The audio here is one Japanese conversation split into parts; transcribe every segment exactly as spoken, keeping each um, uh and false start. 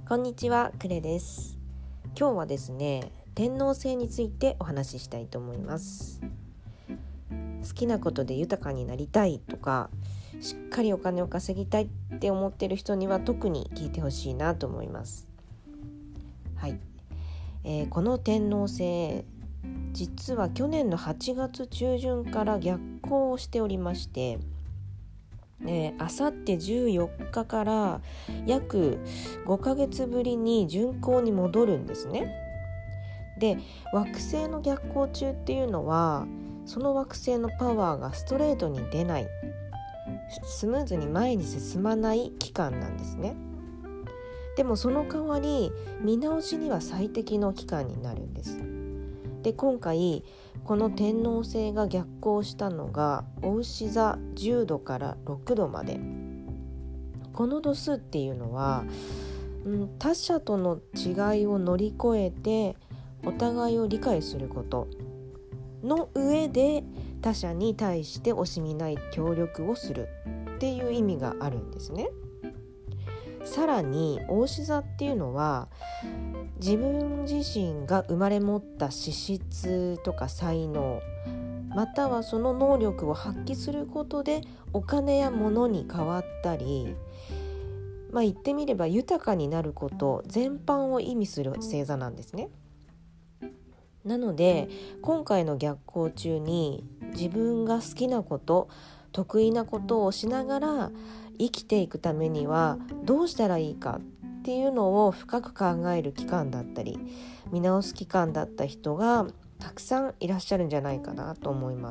こんにちは、クレです。今日はですね、天王星についてお話ししたいと思います。好きなことで豊かになりたいとか、しっかりお金を稼ぎたいって思っている人には特に聞いてほしいなと思います。はい、えー、この天王星、実は去年のはちがつ中旬から逆行をしておりまして、えー、あさってじゅうよっかから約ごかげつぶりに順行に戻るんですね。で、惑星の逆行中っていうのは、その惑星のパワーがストレートに出ない、スムーズに前に進まない期間なんですね。でもその代わり見直しには最適の期間になるんです。で、今回この天王星が逆行したのが牡牛座じゅうどからろくどまで。この度数っていうのは、うん、他者との違いを乗り越えてお互いを理解することの上で、他者に対して惜しみない協力をするっていう意味があるんですね。さらに牡牛座っていうのは、自分自身が生まれ持った資質とか才能、またはその能力を発揮することでお金や物に変わったり、まあ言ってみれば豊かになること全般を意味する星座なんですね。なので今回の逆行中に、自分が好きなこと、得意なことをしながら生きていくためにはどうしたらいいかっていうのを深く考える期間だったり、見直す期間だった人がたくさんいらっしゃるんじゃないかなと思います。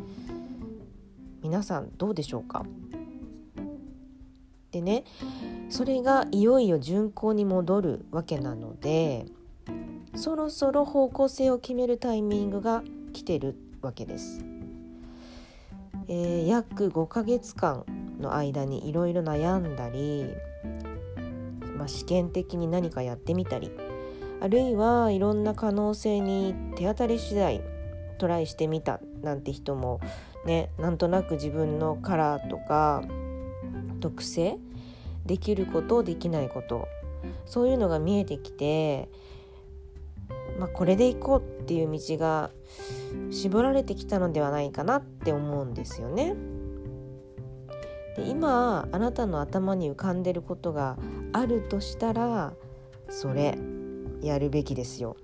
皆さんどうでしょうか。でね、それがいよいよ順行に戻るわけなので、そろそろ方向性を決めるタイミングが来てるわけです。えー、約ごかげつかんの間にいろいろ悩んだり、まあ、試験的に何かやってみたり、あるいはいろんな可能性に手当たり次第トライしてみたなんて人もね、なんとなく自分のカラーとか特性、できることできないこと、そういうのが見えてきて、まあ、これでいこうっていう道が絞られてきたのではないかなって思うんですよね。で、今あなたの頭に浮かんでることがあるとしたら、それやるべきですよ。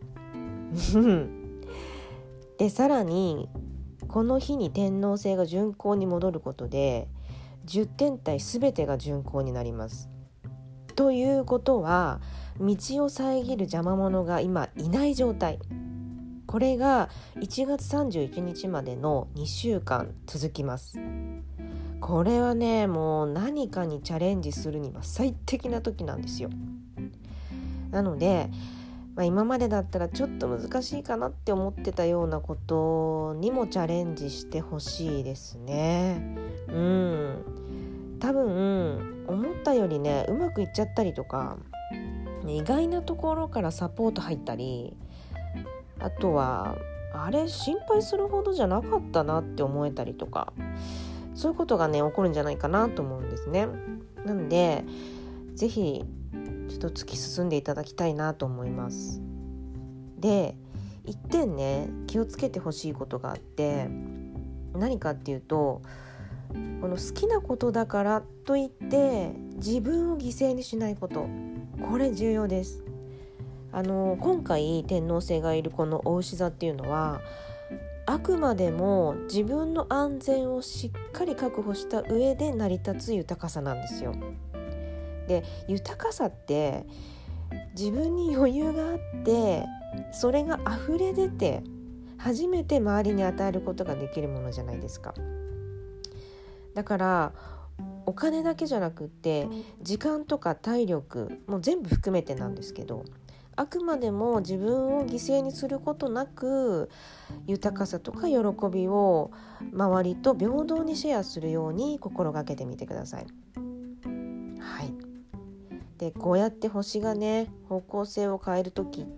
で、さらにこの日に天王星が順行に戻ることで、じゅってん体すべてが順行になります。ということは、道を遮る邪魔者が今いない状態。これがいちがつさんじゅういちにちまでのにしゅうかん続きます。これはね、もう何かにチャレンジするには最適な時なんですよ。なので、まあ、今までだったらちょっと難しいかなって思ってたようなことにもチャレンジしてほしいですね。うん、多分思ったよりね、うまくいっちゃったりとか、意外なところからサポート入ったり、あとはあれ心配するほどじゃなかったなって思えたりとか、そういうことがね起こるんじゃないかなと思うんですね。なのでぜひちょっと突き進んでいただきたいなと思います。で、一点ね気をつけてほしいことがあって、何かっていうと、この好きなことだからといって自分を犠牲にしないこと、これ重要です。あの今回天王星がいるこの牡牛座っていうのは、あくまでも自分の安全をしっかり確保した上で成り立つ豊かさなんですよ。で、豊かさって自分に余裕があって、それが溢れ出て初めて周りに与えることができるものじゃないですか。だからお金だけじゃなくって、時間とか体力も全部含めてなんですけど、あくまでも自分を犠牲にすることなく、豊かさとか喜びを周りと平等にシェアするように心がけてみてください。はい。で、こうやって星がね方向性を変えるときって、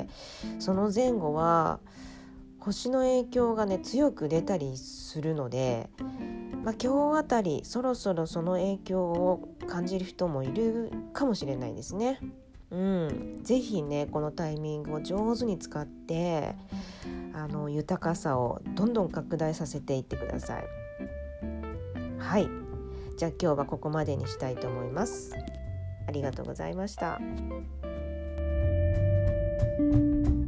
その前後は星の影響がね強く出たりするので、まあ、今日あたりそろそろその影響を感じる人もいるかもしれないですね。 うん、ぜひねこのタイミングを上手に使ってあの豊かさをどんどん拡大させていってください。はい、じゃあ今日はここまでにしたいと思います。ありがとうございました。